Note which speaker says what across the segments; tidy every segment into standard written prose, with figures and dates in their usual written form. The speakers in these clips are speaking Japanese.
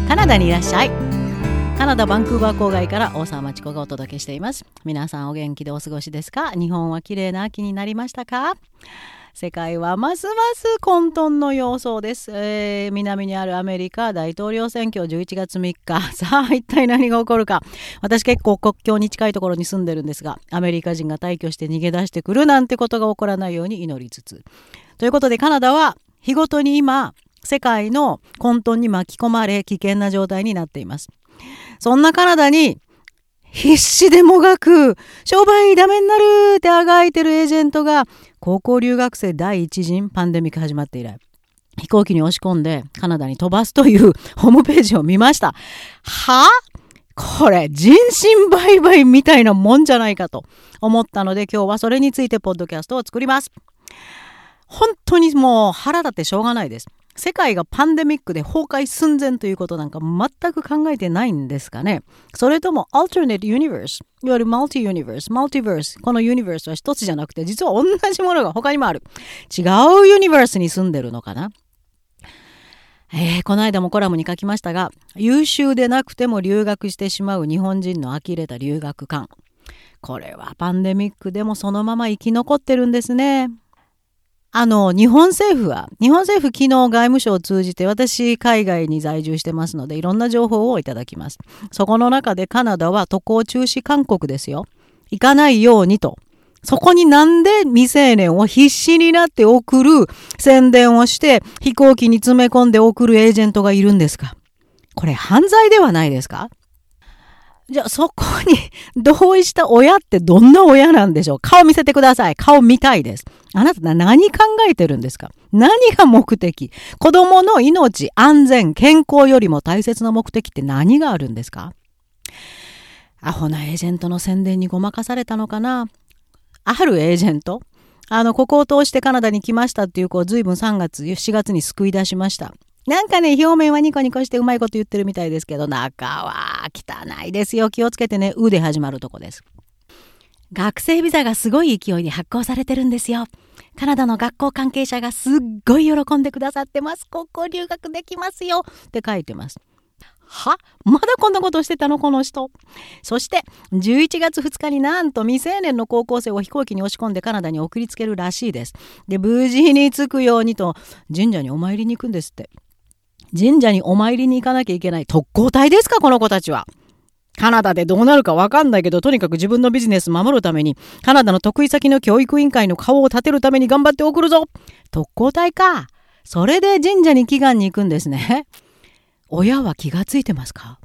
Speaker 1: カナダにいらっしゃい。カナダバンクーバー郊外から大沢まちこがお届けしています。皆さんお元気でお過ごしですか？日本は綺麗な秋になりましたか？世界はますます混沌の様相です。南にあるアメリカ大統領選挙11月3日。さあ一体何が起こるか。私結構国境に近いところに住んでるんですが、アメリカ人が大挙して逃げ出してくるなんてことが起こらないように祈りつつ。ということでカナダは日ごとに今世界の混沌に巻き込まれ危険な状態になっています。そんなカナダに必死でもがく商売ダメになるってあがいてるエージェントが高校留学生第一陣パンデミック始まって以来飛行機に押し込んでカナダに飛ばすというホームページを見ました。これ人身売買みたいなもんじゃないかと思ったので今日はそれについてポッドキャストを作ります。本当にもう腹立ってしょうがないです。世界がパンデミックで崩壊寸前ということなんか全く考えてないんですかね。それとも alternate universe、 いわゆるマルティユニバース、マルティバース、このユニバースは一つじゃなくて実は同じものが他にもある違うユニバースに住んでるのかな。この間もコラムに書きましたが、優秀でなくても留学してしまう日本人の呆れた留学観、これはパンデミックでもそのまま生き残ってるんですね。日本政府昨日外務省を通じて私海外に在住してますのでいろんな情報をいただきます。そこの中でカナダは渡航中止勧告ですよ。行かないようにと。そこになんで未成年を必死になって送る宣伝をして飛行機に詰め込んで送るエージェントがいるんですか？これ犯罪ではないですか？じゃあそこに同意した親ってどんな親なんでしょう？顔見せてください。顔見たいです。あなた何考えてるんですか？何が目的？子供の命、安全、健康よりも大切な目的って何があるんですか？アホなエージェントの宣伝にごまかされたのかな。あるエージェント、ここを通してカナダに来ましたっていう子を随分3月、4月に救い出しました。なんかね、表面はニコニコしてうまいこと言ってるみたいですけど、中は汚いですよ。気をつけてね。うで始まるとこです。学生ビザがすごい勢いで発行されてるんですよ。カナダの学校関係者がすっごい喜んでくださってます。高校留学できますよって書いてます。まだこんなことしてたのこの人。そして11月2日になんと未成年の高校生を飛行機に押し込んでカナダに送りつけるらしいです。で、無事に着くようにと神社にお参りに行くんですって。神社にお参りに行かなきゃいけない特攻隊ですか、この子たちは。カナダでどうなるか分かんないけど、とにかく自分のビジネス守るためにカナダの得意先の教育委員会の顔を立てるために頑張って送るぞ。特攻隊か。それで神社に祈願に行くんですね。親は気がついてますか？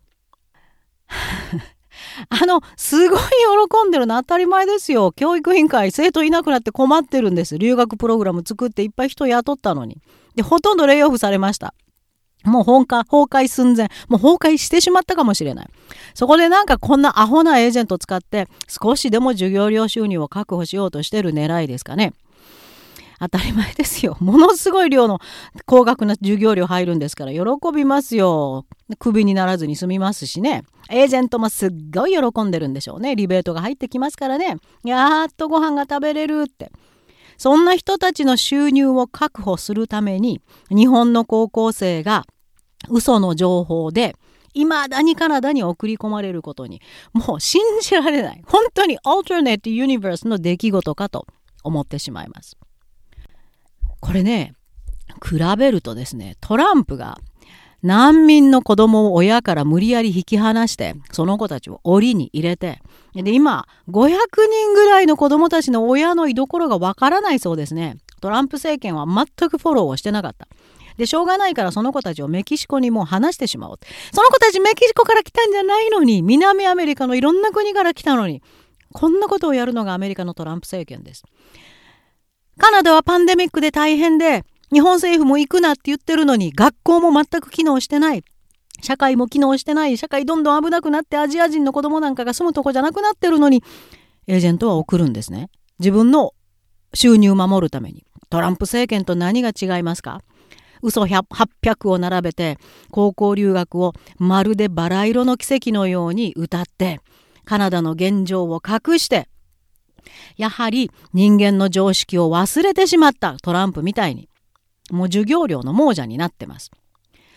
Speaker 1: すごい喜んでるの当たり前ですよ。教育委員会、生徒いなくなって困ってるんです。留学プログラム作っていっぱい人雇ったのに。で、ほとんどレイオフされました。もう崩壊寸前。もう崩壊してしまったかもしれない。そこでなんかこんなアホなエージェントを使って少しでも授業料収入を確保しようとしてる狙いですかね。当たり前ですよ。ものすごい量の高額な授業料入るんですから喜びますよ。クビにならずに済みますしね。エージェントもすっごい喜んでるんでしょうね。リベートが入ってきますからね。やっとご飯が食べれるって。そんな人たちの収入を確保するために日本の高校生が嘘の情報で未だにカナダに送り込まれることにもう信じられない。本当にアルターネットユニバースの出来事かと思ってしまいます。これね、比べるとですね、トランプが難民の子供を親から無理やり引き離してその子たちを檻に入れて、で今500人ぐらいの子供たちの親の居所がわからないそうですね。トランプ政権は全くフォローをしてなかった。でしょうがないからその子たちをメキシコにもう離してしまおう。その子たちメキシコから来たんじゃないのに、南アメリカのいろんな国から来たのに、こんなことをやるのがアメリカのトランプ政権です。カナダはパンデミックで大変で日本政府も行くなって言ってるのに学校も全く機能してない、社会も機能してない、社会どんどん危なくなってアジア人の子供なんかが住むとこじゃなくなってるのにエージェントは送るんですね。自分の収入を守るために。トランプ政権と何が違いますか？嘘800を並べて高校留学をまるでバラ色の奇跡のように歌ってカナダの現状を隠してやはり人間の常識を忘れてしまったトランプみたいにもう授業料の亡者になってます。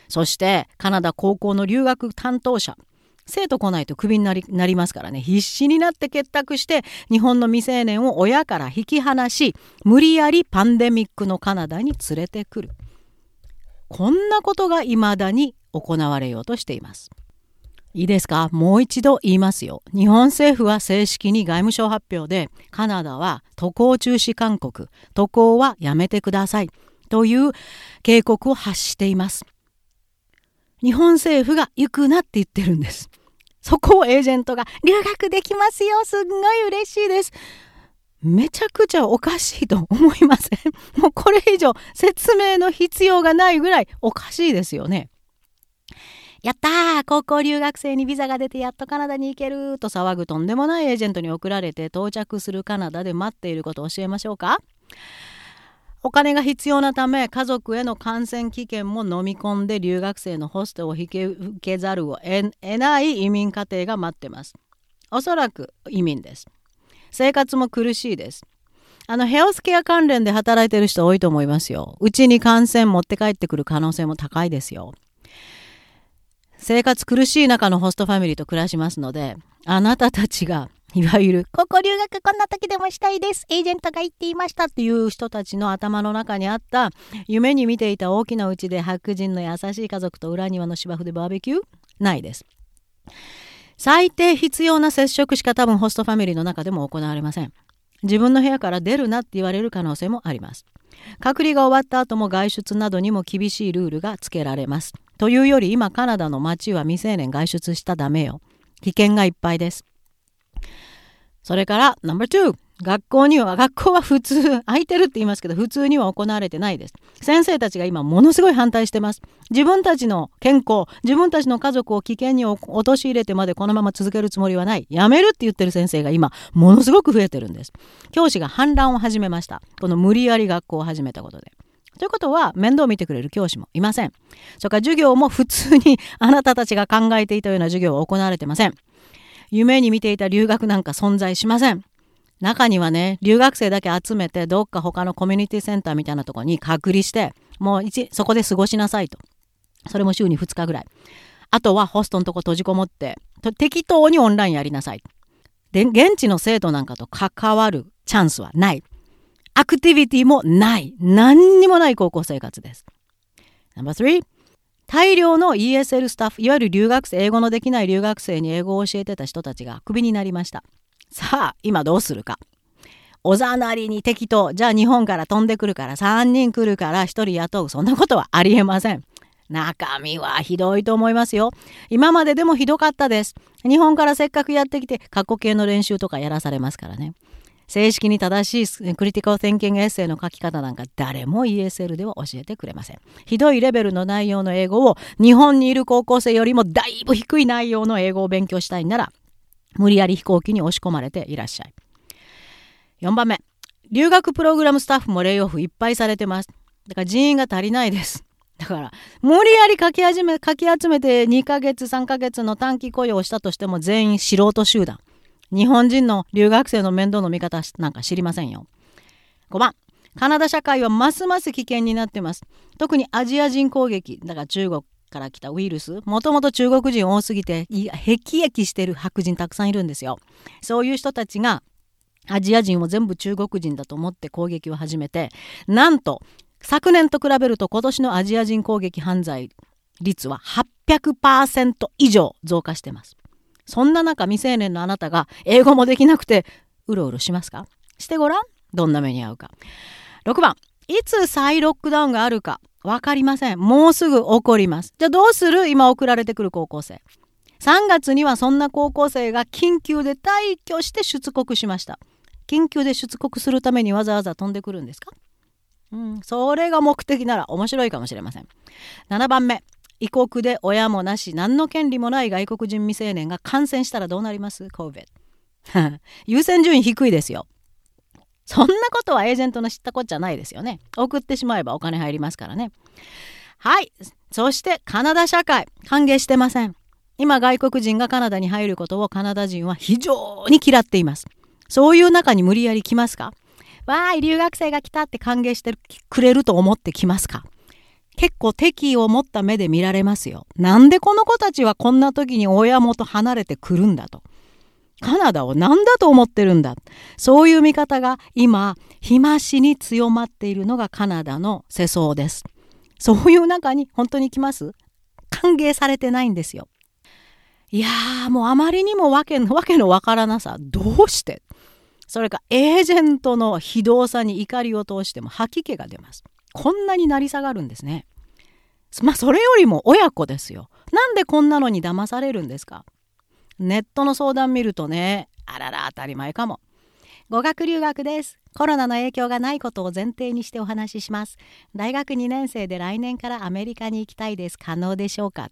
Speaker 1: そしてカナダ高校の留学担当者、生徒来ないとクビになりますからね、必死になって結託して日本の未成年を親から引き離し、無理やりパンデミックのカナダに連れてくる。こんなことが未だに行われようとしています。いいですか？もう一度言いますよ。日本政府は正式に外務省発表で、カナダは渡航中止勧告、渡航はやめてくださいという警告を発しています。日本政府が行くなって言ってるんです。そこをエージェントが留学できますよ、すんごい嬉しいです。めちゃくちゃおかしいと思いません？もうこれ以上説明の必要がないぐらいおかしいですよね。やったー、高校留学生にビザが出てやっとカナダに行けると騒ぐとんでもないエージェントに送られて、到着するカナダで待っていることを教えましょうか。お金が必要なため、家族への感染危険も飲み込んで留学生のホストを受けざるを得ない移民家庭が待ってます。おそらく移民です。生活も苦しいです。ヘルスケア関連で働いている人多いと思いますよ。うちに感染持って帰ってくる可能性も高いですよ。生活苦しい中のホストファミリーと暮らしますので、あなたたちがいわゆるここ留学こんな時でもしたいです、エージェントが言っていましたっていう人たちの頭の中にあった、夢に見ていた大きな家で白人の優しい家族と裏庭の芝生でバーベキュー、ないです。最低必要な接触しか多分ホストファミリーの中でも行われません。自分の部屋から出るなって言われる可能性もあります。隔離が終わった後も外出などにも厳しいルールがつけられます。というより、今カナダの街は未成年外出したらダメよ。危険がいっぱいです。それからナンバー2、学校は普通空いてるって言いますけど、普通には行われてないです。先生たちが今ものすごい反対してます。自分たちの健康、自分たちの家族を危険に陥れてまでこのまま続けるつもりはない、やめるって言ってる先生が今ものすごく増えてるんです。教師が反乱を始めました。この無理やり学校を始めたことで。ということは、面倒を見てくれる教師もいません。それから授業も普通にあなたたちが考えていたような授業は行われてません。夢に見ていた留学なんか存在しません。中にはね、留学生だけ集めてどっか他のコミュニティセンターみたいなところに隔離して、もうそこで過ごしなさいと。それも週に2日ぐらい。あとはホストのとこ閉じこもって適当にオンラインやりなさい。で、現地の生徒なんかと関わるチャンスはない。アクティビティもない。何にもない高校生活です。ナンバー3、大量の ESL スタッフ、いわゆる留学生、英語のできない留学生に英語を教えてた人たちがクビになりました。さあ、今どうするか。おざなりに適当。じゃあ日本から飛んでくるから3人来るから1人雇う。そんなことはありえません。中身はひどいと思いますよ。今まででもひどかったです。日本からせっかくやってきて過去形の練習とかやらされますからね。正式に正しいクリティカル・ティンキング・エッセイの書き方なんか誰も ESL では教えてくれません。ひどいレベルの内容の英語を日本にいる高校生よりもだいぶ低い内容の英語を勉強したいなら、無理やり飛行機に押し込まれていらっしゃい。4番目、留学プログラムスタッフもレイオフいっぱいされてます。だから人員が足りないです。だから無理やりかき集めて2ヶ月3ヶ月の短期雇用をしたとしても全員素人集団。日本人の留学生の面倒の見方なんか知りませんよ。5番、カナダ社会はますます危険になってます。特にアジア人攻撃、だから中国から来たウイルス、もともと中国人多すぎて辟易してる白人たくさんいるんですよ。そういう人たちがアジア人を全部中国人だと思って攻撃を始めて、なんと昨年と比べると今年のアジア人攻撃犯罪率は 800% 以上増加してます。そんな中、未成年のあなたが英語もできなくてうろうろしますか？してごらん。どんな目に遭うか。6番、いつ再ロックダウンがあるか分かりません。もうすぐ起こります。じゃあどうする？今送られてくる高校生。3月にはそんな高校生が緊急で退去して出国しました。緊急で出国するためにわざわざ飛んでくるんですか？それが目的なら面白いかもしれません。7番目、異国で親もなし何の権利もない外国人未成年が感染したらどうなります？ COVID 優先順位低いですよ。そんなことはエージェントの知ったこっちゃないですよね。送ってしまえばお金入りますからね。はい。そしてカナダ社会歓迎してません。今外国人がカナダに入ることをカナダ人は非常に嫌っています。そういう中に無理やり来ますか？わーい、留学生が来たって歓迎してくれると思って来ますか？ 結構敵意を持った目で見られますよ。なんでこの子たちはこんな時に親元離れてくるんだと。カナダを何だと思ってるんだ。そういう見方が今、日増しに強まっているのがカナダの世相です。そういう中に本当に来ます？歓迎されてないんですよ。いやー、もうあまりにもわけのわからなさ。どうして？それかエージェントの非道さに怒りを通しても吐き気が出ます。こんなになり下がるんですね。それよりも親子ですよ。なんでこんなのに騙されるんですか？ネットの相談見るとね、あらら当たり前かも。語学留学です。コロナの影響がないことを前提にしてお話しします。大学2年生で来年からアメリカに行きたいです。可能でしょうか？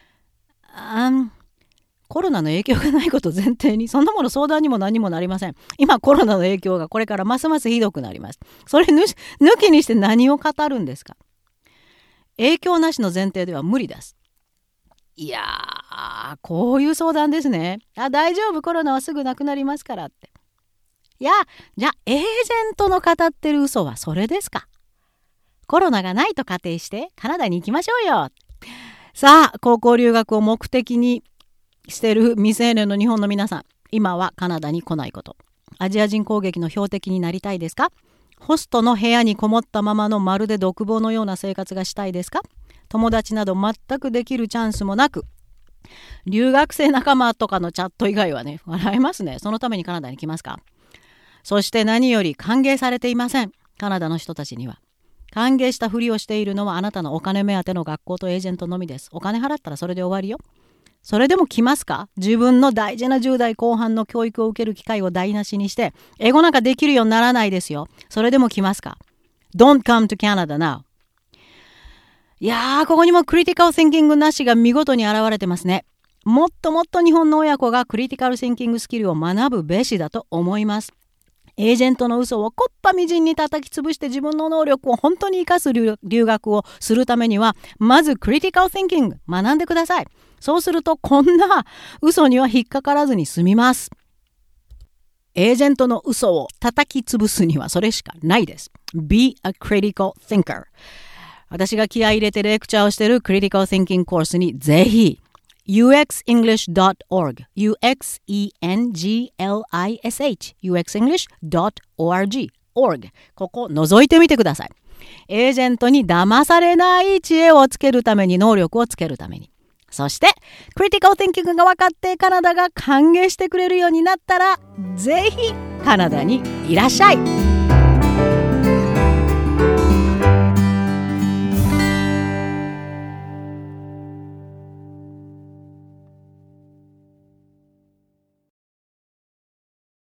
Speaker 1: コロナの影響がないことを前提に、そんなもの相談にも何にもなりません。今コロナの影響がこれからますますひどくなります。それ抜きにして何を語るんですか？影響なしの前提では無理です。いやー、こういう相談ですね。大丈夫、コロナはすぐなくなりますからって。いや、じゃあエージェントの語ってる嘘はそれですか？コロナがないと仮定してカナダに行きましょうよ。さあ、高校留学を目的にしてる未成年の日本の皆さん、今はカナダに来ないこと。アジア人攻撃の標的になりたいですか？ホストの部屋にこもったままのまるで独房のような生活がしたいですか？友達など全くできるチャンスもなく、留学生仲間とかのチャット以外はね、笑えますね。そのためにカナダに来ますか？そして何より歓迎されていません。カナダの人たちには。歓迎したふりをしているのはあなたのお金目当ての学校とエージェントのみです。お金払ったらそれで終わりよ。それでも来ますか？自分の大事な10代後半の教育を受ける機会を台無しにして、英語なんかできるようにならないですよ。それでも来ますか？ Don't come to Canada now。いやー、ここにもクリティカル・シンキングなしが見事に現れてますね。もっともっと日本の親子がクリティカル・シンキングスキルを学ぶべしだと思います。エージェントの嘘をこっぱみじんに叩き潰して自分の能力を本当に生かす留学をするためには、まずクリティカル・シンキング学んでください。そうするとこんな嘘には引っかからずに済みます。エージェントの嘘を叩き潰すにはそれしかないです。Be a critical thinker。私が気合い入れてレクチャーをしているクリティカル・シンキングコースにぜひ uxenglish.org uxenglish.org ここ覗いてみてください。エージェントに騙されない知恵をつけるために、能力をつけるために、そしてクリティカル・シンキングが分かってカナダが歓迎してくれるようになったら、ぜひカナダにいらっしゃい。